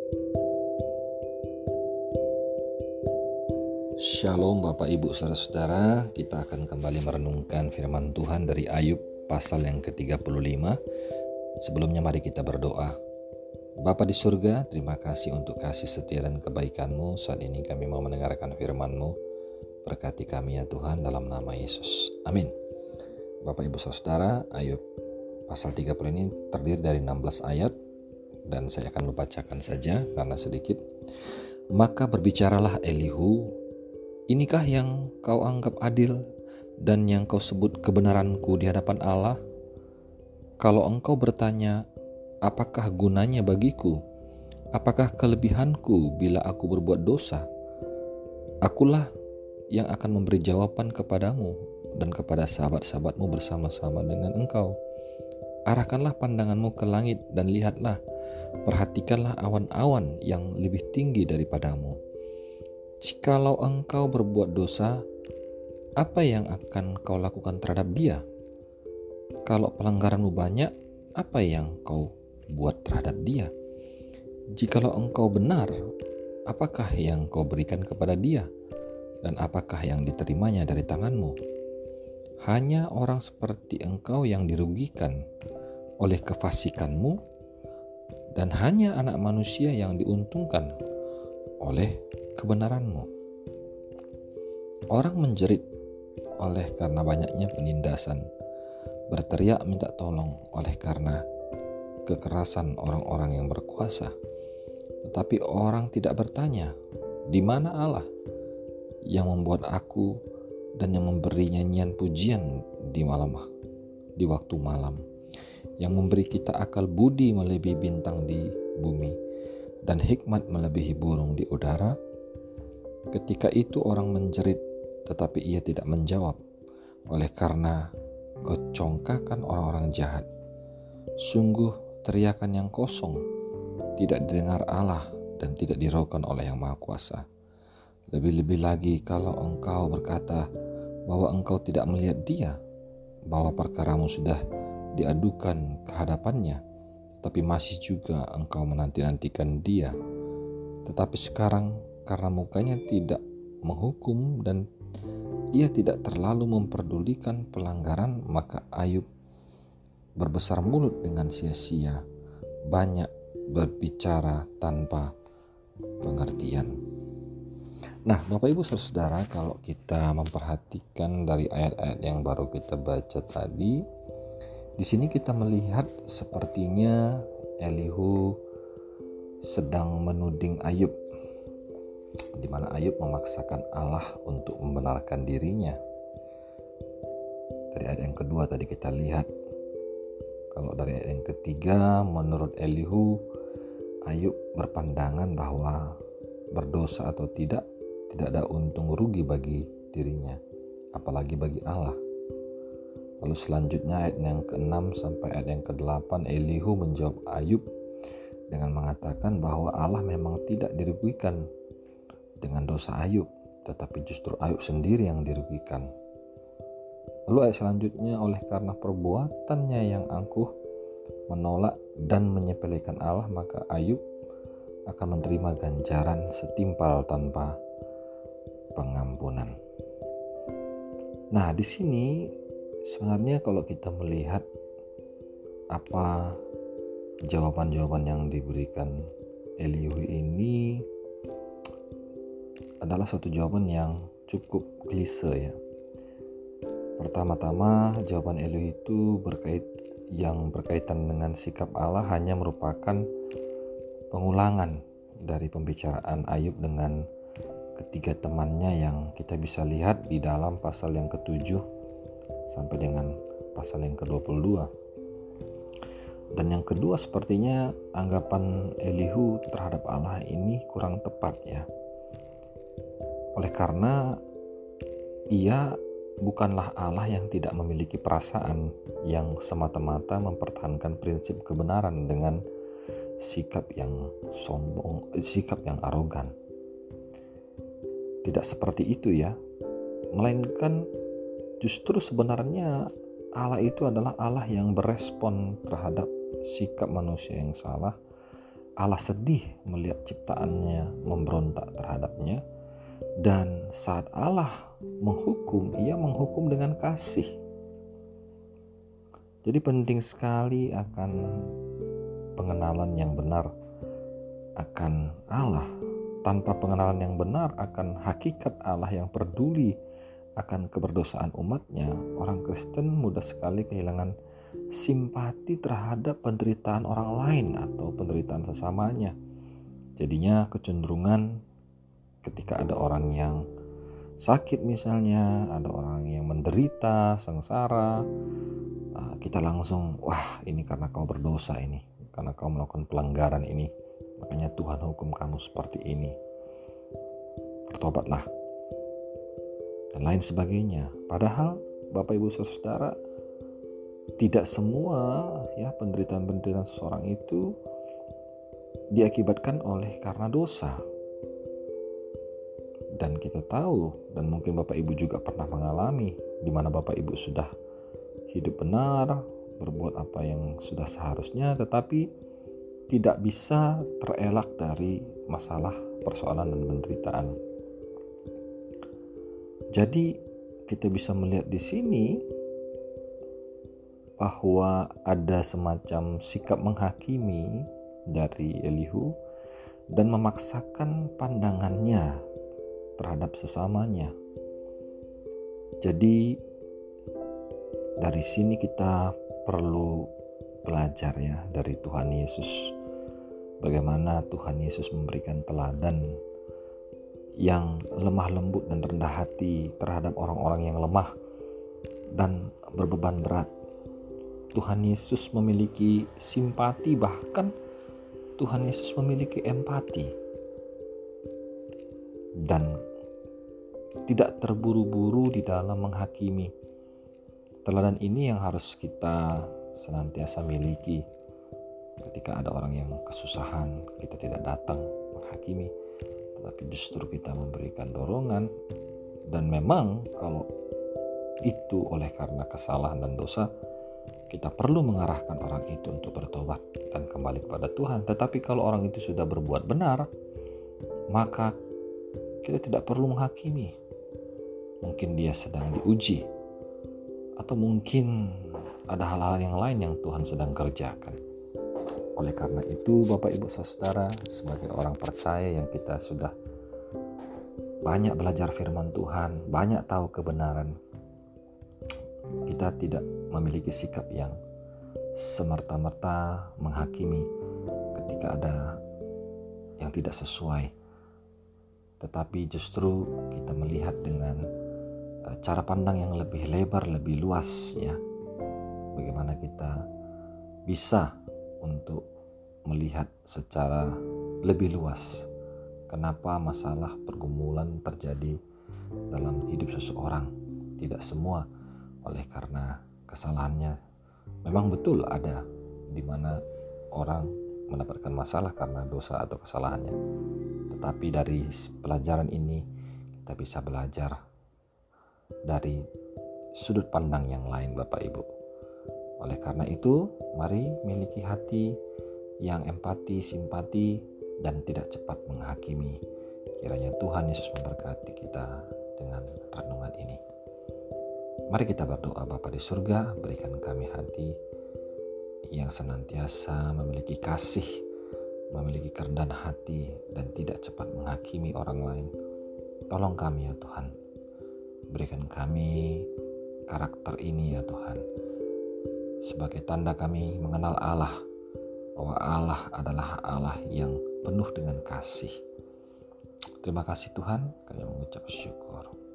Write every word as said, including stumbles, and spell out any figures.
Shalom Bapak Ibu Saudara-saudara, kita akan kembali merenungkan firman Tuhan dari Ayub pasal yang ke tiga puluh lima. Sebelumnya mari kita berdoa. Bapa di surga, terima kasih untuk kasih setia dan kebaikan-Mu. Saat ini kami mau mendengarkan firman-Mu. Berkati kami ya Tuhan dalam nama Yesus. Amin. Bapak Ibu Saudara, Ayub pasal tiga puluh ini terdiri dari enam belas ayat dan saya akan membacakan saja karena sedikit. Maka berbicaralah Elihu, inikah yang kau anggap adil dan yang kau sebut kebenaranku di hadapan Allah? Kalau engkau bertanya, apakah gunanya bagiku? Apakah kelebihanku bila aku berbuat dosa? Akulah yang akan memberi jawaban kepadamu dan kepada sahabat-sahabatmu bersama-sama dengan engkau. Arahkanlah pandanganmu ke langit dan lihatlah, perhatikanlah awan-awan yang lebih tinggi daripadamu. Jikalau engkau berbuat dosa, apa yang akan kau lakukan terhadap dia? Kalau pelanggaranmu banyak, apa yang kau buat terhadap dia? Jikalau engkau benar, apakah yang kau berikan kepada dia? Dan apakah yang diterimanya dari tanganmu? Hanya orang seperti engkau yang dirugikan oleh kefasikanmu, dan hanya anak manusia yang diuntungkan oleh kebenaranmu. Orang menjerit oleh karena banyaknya penindasan, berteriak minta tolong oleh karena kekerasan orang-orang yang berkuasa. Tetapi orang tidak bertanya, di mana Allah yang membuat aku dan yang memberi nyanyian pujian di malam, di waktu malam, yang memberi kita akal budi melebihi bintang di bumi dan hikmat melebihi burung di udara. Ketika itu orang menjerit, tetapi ia tidak menjawab, oleh karena kecongkakan orang-orang jahat. Sungguh teriakan yang kosong, tidak didengar Allah dan tidak diraukan oleh Yang Maha Kuasa. Lebih-lebih lagi kalau engkau berkata bahwa engkau tidak melihat dia, bahwa perkaramu sudah diadukan ke hadapannya, tapi masih juga engkau menanti-nantikan dia. Tetapi sekarang karena mukanya tidak menghukum dan ia tidak terlalu memperdulikan pelanggaran, maka Ayub berbesar mulut dengan sia-sia, banyak berbicara tanpa pengertian. Nah, Bapak Ibu Saudara, kalau kita memperhatikan dari ayat-ayat yang baru kita baca tadi, di sini kita melihat sepertinya Elihu sedang menuding Ayub, di mana Ayub memaksakan Allah untuk membenarkan dirinya. Dari ayat yang kedua tadi kita lihat. Kalau dari ayat yang ketiga, menurut Elihu, Ayub berpandangan bahwa berdosa atau tidak, tidak ada untung rugi bagi dirinya, apalagi bagi Allah. Lalu selanjutnya ayat yang keenam sampai ayat yang kedelapan, Elihu menjawab Ayub dengan mengatakan bahwa Allah memang tidak dirugikan dengan dosa Ayub, tetapi justru Ayub sendiri yang dirugikan. Lalu ayat selanjutnya, oleh karena perbuatannya yang angkuh menolak dan menyepelekan Allah, maka Ayub akan menerima ganjaran setimpal tanpa pengampunan. Nah, di sini sebenarnya kalau kita melihat apa jawaban-jawaban yang diberikan Elihu ini adalah satu jawaban yang cukup klise ya. Pertama-tama jawaban Elihu itu berkait yang berkaitan dengan sikap Allah hanya merupakan pengulangan dari pembicaraan Ayub dengan ketiga temannya yang kita bisa lihat di dalam pasal yang ketujuh sampai dengan pasal yang ke dua puluh dua. Dan yang kedua, sepertinya anggapan Elihu terhadap Allah ini kurang tepat ya. Oleh karena ia bukanlah Allah yang tidak memiliki perasaan, yang semata-mata mempertahankan prinsip kebenaran dengan sikap yang sombong, sikap yang arogan. Tidak seperti itu ya. Melainkan justru sebenarnya Allah itu adalah Allah yang berespon terhadap sikap manusia yang salah Allah sedih melihat ciptaannya memberontak terhadapnya, dan saat Allah menghukum, ia menghukum dengan kasih. Jadi penting sekali akan pengenalan yang benar akan Allah. Tanpa pengenalan yang benar akan hakikat Allah yang peduli akan keberdosaan umatnya, orang Kristen mudah sekali kehilangan simpati terhadap penderitaan orang lain atau penderitaan sesamanya. Jadinya kecenderungan ketika ada orang yang sakit misalnya, ada orang yang menderita, sengsara, kita langsung, wah ini karena kau berdosa ini, karena kau melakukan pelanggaran ini, makanya Tuhan hukum kamu seperti ini. Bertobatlah dan lain sebagainya. Padahal Bapak Ibu Saudara, tidak semua ya penderitaan-penderitaan seseorang itu diakibatkan oleh karena dosa. Dan kita tahu, dan mungkin Bapak Ibu juga pernah mengalami, di mana Bapak Ibu sudah hidup benar, berbuat apa yang sudah seharusnya, tetapi tidak bisa terelak dari masalah, persoalan, dan penderitaan. Jadi kita bisa melihat di sini bahwa ada semacam sikap menghakimi dari Elihu dan memaksakan pandangannya terhadap sesamanya. Jadi dari sini kita perlu belajar ya dari Tuhan Yesus, bagaimana Tuhan Yesus memberikan teladan yang lemah lembut dan rendah hati terhadap orang-orang yang lemah dan berbeban berat. Tuhan Yesus memiliki simpati, bahkan Tuhan Yesus memiliki empati, dan tidak terburu-buru di dalam menghakimi. Teladan ini yang harus kita senantiasa miliki. Ketika ada orang yang kesusahan, kita tidak datang menghakimi, tetapi justru kita memberikan dorongan. Dan memang kalau itu oleh karena kesalahan dan dosa, kita perlu mengarahkan orang itu untuk bertobat dan kembali kepada Tuhan. Tetapi kalau orang itu sudah berbuat benar, maka kita tidak perlu menghakimi. Mungkin dia sedang diuji, atau mungkin ada hal-hal yang lain yang Tuhan sedang kerjakan. Oleh karena itu, Bapak Ibu Saudara, sebagai orang percaya yang kita sudah banyak belajar firman Tuhan, banyak tahu kebenaran, kita tidak memiliki sikap yang semerta-merta menghakimi ketika ada yang tidak sesuai. Tetapi justru kita melihat dengan cara pandang yang lebih lebar, lebih luas ya. Bagaimana kita bisa untuk melihat secara lebih luas kenapa masalah pergumulan terjadi dalam hidup seseorang. Tidak semua oleh karena kesalahannya. Memang betul ada di mana orang mendapatkan masalah karena dosa atau kesalahannya. Tetapi dari pelajaran ini kita bisa belajar dari sudut pandang yang lain, Bapak Ibu. Oleh karena itu, mari miliki hati yang empati, simpati, dan tidak cepat menghakimi. Kiranya Tuhan Yesus memberkati kita dengan renungan ini. Mari kita berdoa. Bapa di surga, berikan kami hati yang senantiasa memiliki kasih, memiliki kerendahan hati, dan tidak cepat menghakimi orang lain. Tolong kami ya Tuhan, berikan kami karakter ini ya Tuhan, sebagai tanda kami mengenal Allah, bahwa Allah adalah Allah yang penuh dengan kasih. Terima kasih Tuhan, kami mengucap syukur.